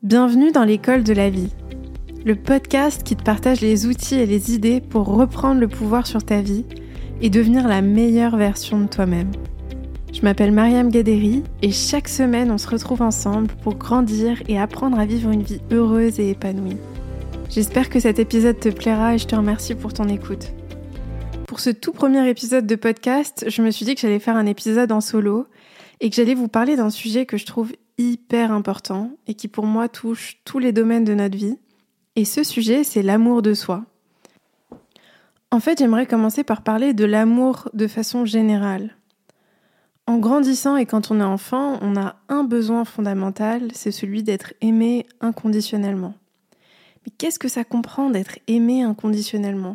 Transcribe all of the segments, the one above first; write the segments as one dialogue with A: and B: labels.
A: Bienvenue dans l'école de la vie, le podcast qui te partage les outils et les idées pour reprendre le pouvoir sur ta vie et devenir la meilleure version de toi-même. Je m'appelle Mariam Ghaderi et chaque semaine on se retrouve ensemble pour grandir et apprendre à vivre une vie heureuse et épanouie. J'espère que cet épisode te plaira et je te remercie pour ton écoute. Pour ce tout premier épisode de podcast, je me suis dit que j'allais faire un épisode en solo et que j'allais vous parler d'un sujet que je trouve hyper important et qui pour moi touche tous les domaines de notre vie. Et ce sujet, c'est l'amour de soi. En fait, j'aimerais commencer par parler de l'amour de façon générale. En grandissant et quand on est enfant, on a un besoin fondamental, c'est celui d'être aimé inconditionnellement. Mais qu'est-ce que ça comprend d'être aimé inconditionnellement ?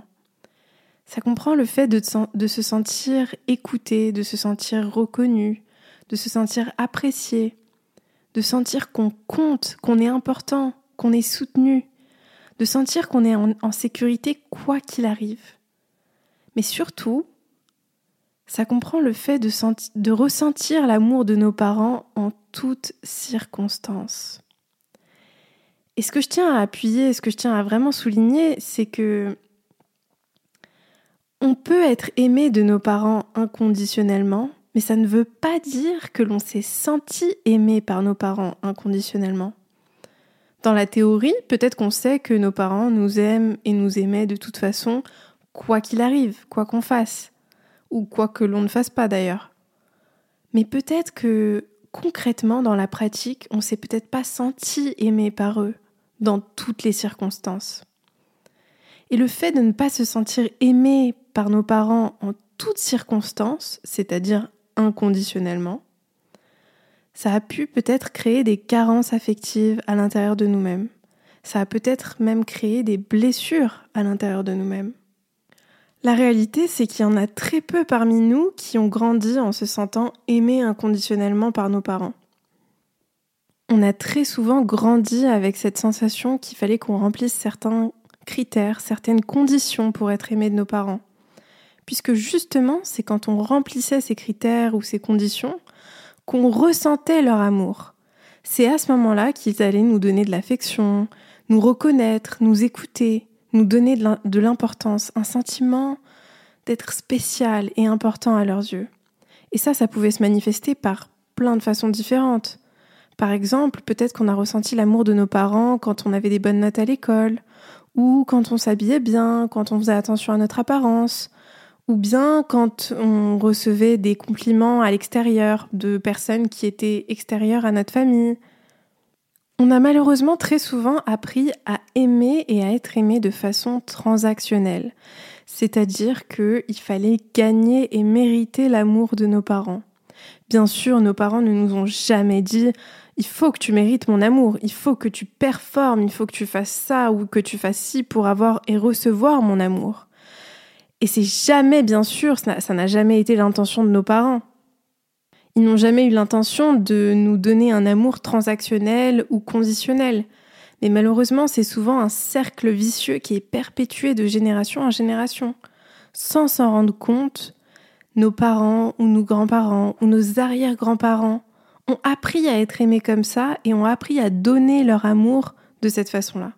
A: Ça comprend le fait de se sentir écouté, de se sentir reconnu, de se sentir apprécié, de sentir qu'on compte, qu'on est important, qu'on est soutenu, de sentir qu'on est en sécurité quoi qu'il arrive. Mais surtout, ça comprend le fait de ressentir l'amour de nos parents en toutes circonstances. Et ce que je tiens à appuyer, ce que je tiens à vraiment souligner, c'est que on peut être aimé de nos parents inconditionnellement, mais ça ne veut pas dire que l'on s'est senti aimé par nos parents inconditionnellement. Dans la théorie, peut-être qu'on sait que nos parents nous aiment et nous aimaient de toute façon, quoi qu'il arrive, quoi qu'on fasse, ou quoi que l'on ne fasse pas d'ailleurs. Mais peut-être que concrètement, dans la pratique, on s'est peut-être pas senti aimé par eux, dans toutes les circonstances. Et le fait de ne pas se sentir aimé par nos parents en toutes circonstances, c'est-à-dire inconditionnellement, ça a pu peut-être créer des carences affectives à l'intérieur de nous-mêmes. Ça a peut-être même créé des blessures à l'intérieur de nous-mêmes. La réalité, c'est qu'il y en a très peu parmi nous qui ont grandi en se sentant aimés inconditionnellement par nos parents. On a très souvent grandi avec cette sensation qu'il fallait qu'on remplisse certains critères, certaines conditions pour être aimé de nos parents. Puisque justement, c'est quand on remplissait ces critères ou ces conditions qu'on ressentait leur amour. C'est à ce moment-là qu'ils allaient nous donner de l'affection, nous reconnaître, nous écouter, nous donner de l'importance, un sentiment d'être spécial et important à leurs yeux. Et ça pouvait se manifester par plein de façons différentes. Par exemple, peut-être qu'on a ressenti l'amour de nos parents quand on avait des bonnes notes à l'école, ou quand on s'habillait bien, quand on faisait attention à notre apparence, ou bien quand on recevait des compliments à l'extérieur de personnes qui étaient extérieures à notre famille. On a malheureusement très souvent appris à aimer et à être aimé de façon transactionnelle, c'est-à-dire qu'il fallait gagner et mériter l'amour de nos parents. Bien sûr, nos parents ne nous ont jamais dit « il faut que tu mérites mon amour, il faut que tu performes, il faut que tu fasses ça ou que tu fasses ci pour avoir et recevoir mon amour ». Et c'est jamais, bien sûr, ça n'a jamais été l'intention de nos parents. Ils n'ont jamais eu l'intention de nous donner un amour transactionnel ou conditionnel. Mais malheureusement, c'est souvent un cercle vicieux qui est perpétué de génération en génération. Sans s'en rendre compte, nos parents ou nos grands-parents ou nos arrière-grands-parents ont appris à être aimés comme ça et ont appris à donner leur amour de cette façon-là.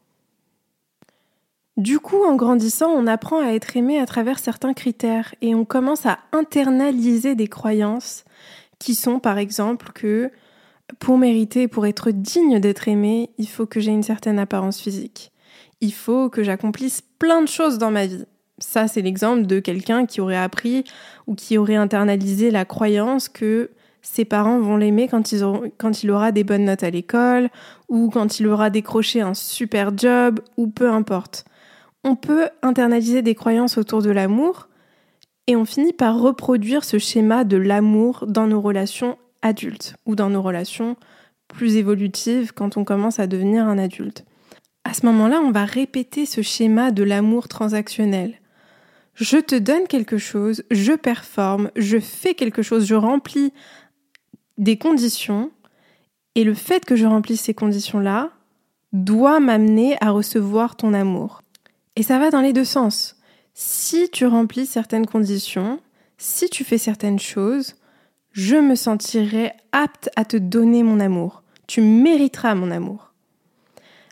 A: Du coup, en grandissant, on apprend à être aimé à travers certains critères et on commence à internaliser des croyances qui sont, par exemple, que pour mériter, pour être digne d'être aimé, il faut que j'ai une certaine apparence physique. Il faut que j'accomplisse plein de choses dans ma vie. Ça, c'est l'exemple de quelqu'un qui aurait appris ou qui aurait internalisé la croyance que ses parents vont l'aimer quand il aura des bonnes notes à l'école ou quand il aura décroché un super job ou peu importe. On peut internaliser des croyances autour de l'amour et on finit par reproduire ce schéma de l'amour dans nos relations adultes ou dans nos relations plus évolutives quand on commence à devenir un adulte. À ce moment-là, on va répéter ce schéma de l'amour transactionnel. Je te donne quelque chose, je performe, je fais quelque chose, je remplis des conditions et le fait que je remplisse ces conditions-là doit m'amener à recevoir ton amour. Et ça va dans les deux sens. Si tu remplis certaines conditions, si tu fais certaines choses, je me sentirai apte à te donner mon amour. Tu mériteras mon amour.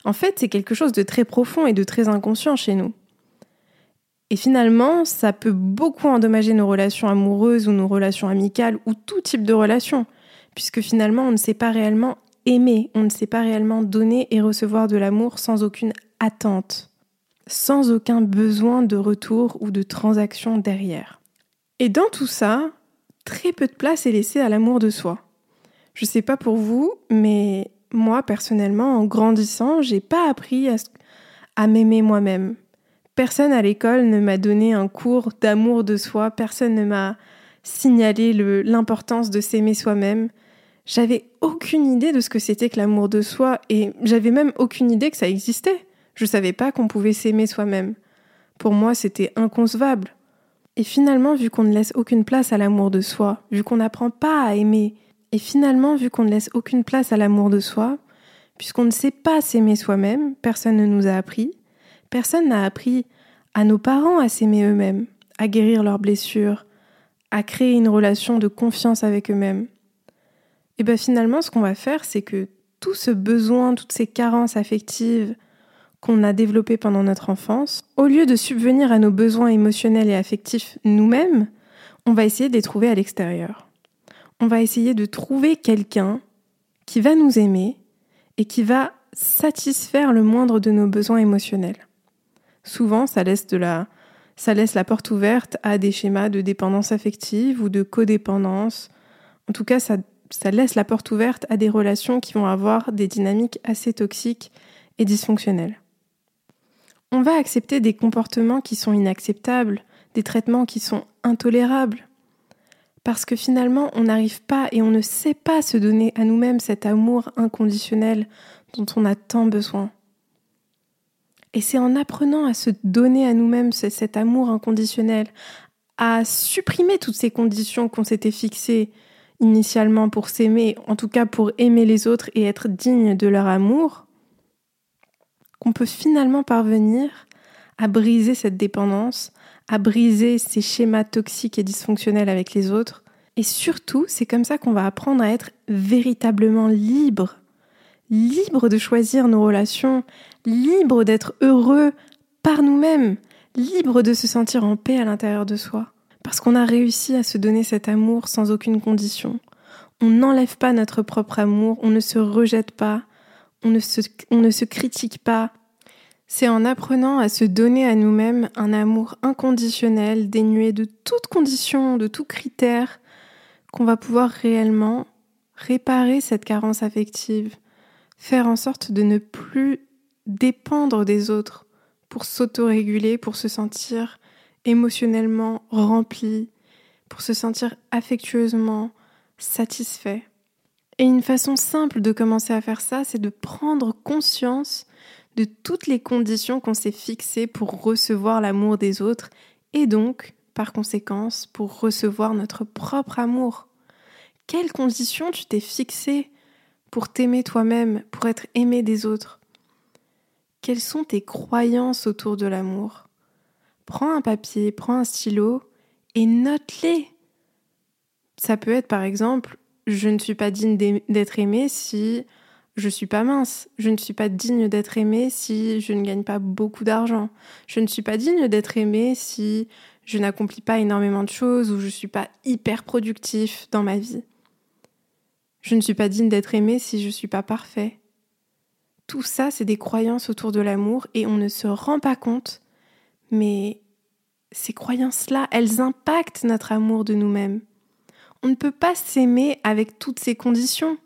A: En fait, c'est quelque chose de très profond et de très inconscient chez nous. Et finalement, ça peut beaucoup endommager nos relations amoureuses ou nos relations amicales ou tout type de relation, puisque finalement, on ne sait pas réellement aimer, on ne sait pas réellement donner et recevoir de l'amour sans aucune attente, sans aucun besoin de retour ou de transaction derrière. Et dans tout ça, très peu de place est laissée à l'amour de soi. Je sais pas pour vous, mais moi, personnellement, en grandissant, j'ai pas appris à m'aimer moi-même. Personne à l'école ne m'a donné un cours d'amour de soi, personne ne m'a signalé l'importance de s'aimer soi-même. J'avais aucune idée de ce que c'était que l'amour de soi et j'avais même aucune idée que ça existait. Je savais pas qu'on pouvait s'aimer soi-même. Pour moi, c'était inconcevable. Et finalement, vu qu'on ne laisse aucune place à l'amour de soi, vu qu'on n'apprend pas à aimer, et finalement, vu qu'on ne laisse aucune place à l'amour de soi, puisqu'on ne sait pas s'aimer soi-même, personne ne nous a appris, personne n'a appris à nos parents à s'aimer eux-mêmes, à guérir leurs blessures, à créer une relation de confiance avec eux-mêmes. Et bien finalement, ce qu'on va faire, c'est que tout ce besoin, toutes ces carences affectives qu'on a développées pendant notre enfance, au lieu de subvenir à nos besoins émotionnels et affectifs nous-mêmes, on va essayer de les trouver à l'extérieur. On va essayer de trouver quelqu'un qui va nous aimer et qui va satisfaire le moindre de nos besoins émotionnels. Souvent, ça laisse la porte ouverte à des schémas de dépendance affective ou de codépendance. En tout cas, ça laisse la porte ouverte à des relations qui vont avoir des dynamiques assez toxiques et dysfonctionnelles. On va accepter des comportements qui sont inacceptables, des traitements qui sont intolérables. Parce que finalement, on n'arrive pas et on ne sait pas se donner à nous-mêmes cet amour inconditionnel dont on a tant besoin. Et c'est en apprenant à se donner à nous-mêmes cet amour inconditionnel, à supprimer toutes ces conditions qu'on s'était fixées initialement pour s'aimer, en tout cas pour aimer les autres et être digne de leur amour, qu'on peut finalement parvenir à briser cette dépendance, à briser ces schémas toxiques et dysfonctionnels avec les autres. Et surtout, c'est comme ça qu'on va apprendre à être véritablement libre de choisir nos relations, libre d'être heureux par nous-mêmes, libre de se sentir en paix à l'intérieur de soi. Parce qu'on a réussi à se donner cet amour sans aucune condition. On n'enlève pas notre propre amour, on ne se rejette pas, on ne se critique pas. C'est en apprenant à se donner à nous-mêmes un amour inconditionnel, dénué de toute condition, de tout critère, qu'on va pouvoir réellement réparer cette carence affective, faire en sorte de ne plus dépendre des autres pour s'autoréguler, pour se sentir émotionnellement rempli, pour se sentir affectueusement satisfait. Et une façon simple de commencer à faire ça, c'est de prendre conscience de toutes les conditions qu'on s'est fixées pour recevoir l'amour des autres et donc, par conséquence, pour recevoir notre propre amour. Quelles conditions tu t'es fixées pour t'aimer toi-même, pour être aimé des autres? Quelles sont tes croyances autour de l'amour? Prends un papier, prends un stylo et note-les. Ça peut être par exemple, je ne suis pas digne d'être aimée si je suis pas mince. Je ne suis pas digne d'être aimée si je ne gagne pas beaucoup d'argent. Je ne suis pas digne d'être aimée si je n'accomplis pas énormément de choses ou je suis pas hyper productif dans ma vie. Je ne suis pas digne d'être aimée si je suis pas parfait. Tout ça, c'est des croyances autour de l'amour et on ne se rend pas compte, mais ces croyances-là, elles impactent notre amour de nous-mêmes. On ne peut pas s'aimer avec toutes ces conditions.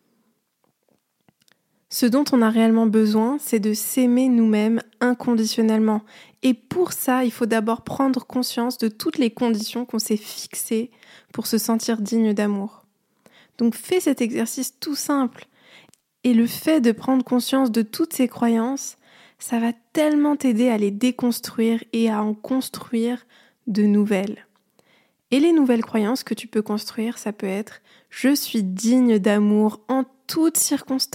A: Ce dont on a réellement besoin, c'est de s'aimer nous-mêmes inconditionnellement. Et pour ça, il faut d'abord prendre conscience de toutes les conditions qu'on s'est fixées pour se sentir digne d'amour. Donc fais cet exercice tout simple. Et le fait de prendre conscience de toutes ces croyances, ça va tellement t'aider à les déconstruire et à en construire de nouvelles. Et les nouvelles croyances que tu peux construire, ça peut être « Je suis digne d'amour en toutes circonstances ».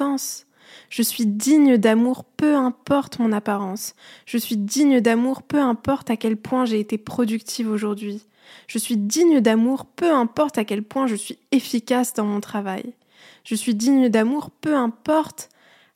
A: Je suis digne d'amour peu importe mon apparence. Je suis digne d'amour peu importe à quel point j'ai été productive aujourd'hui. Je suis digne d'amour peu importe à quel point je suis efficace dans mon travail. Je suis digne d'amour peu importe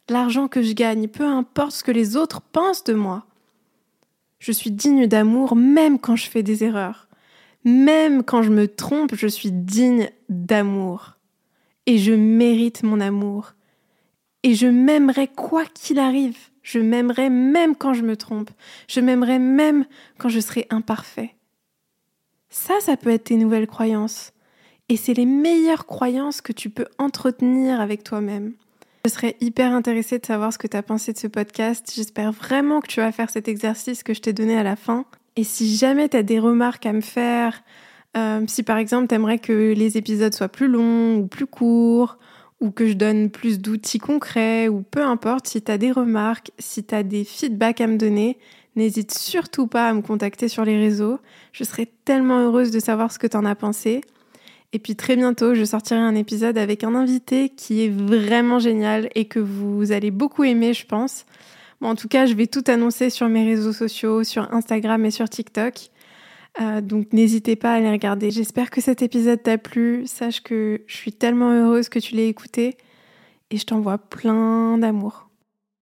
A: l'argent que je gagne, peu importe ce que les autres pensent de moi. Je suis digne d'amour même quand je fais des erreurs. Même quand je me trompe, je suis digne d'amour. Et je mérite mon amour. Et je m'aimerai quoi qu'il arrive. Je m'aimerai même quand je me trompe. Je m'aimerai même quand je serai imparfait. Ça peut être tes nouvelles croyances. Et c'est les meilleures croyances que tu peux entretenir avec toi-même. Je serais hyper intéressée de savoir ce que tu as pensé de ce podcast. J'espère vraiment que tu vas faire cet exercice que je t'ai donné à la fin. Et si jamais tu as des remarques à me faire, si par exemple tu aimerais que les épisodes soient plus longs ou plus courts, ou que je donne plus d'outils concrets, ou peu importe, si tu as des remarques, si tu as des feedbacks à me donner, n'hésite surtout pas à me contacter sur les réseaux. Je serais tellement heureuse de savoir ce que tu en as pensé. Et puis très bientôt, je sortirai un épisode avec un invité qui est vraiment génial et que vous allez beaucoup aimer, je pense. Bon, en tout cas, je vais tout annoncer sur mes réseaux sociaux, sur Instagram et sur TikTok. Donc n'hésitez pas à aller regarder. J'espère que cet épisode t'a plu. Sache que je suis tellement heureuse que tu l'aies écouté et je t'envoie plein d'amour.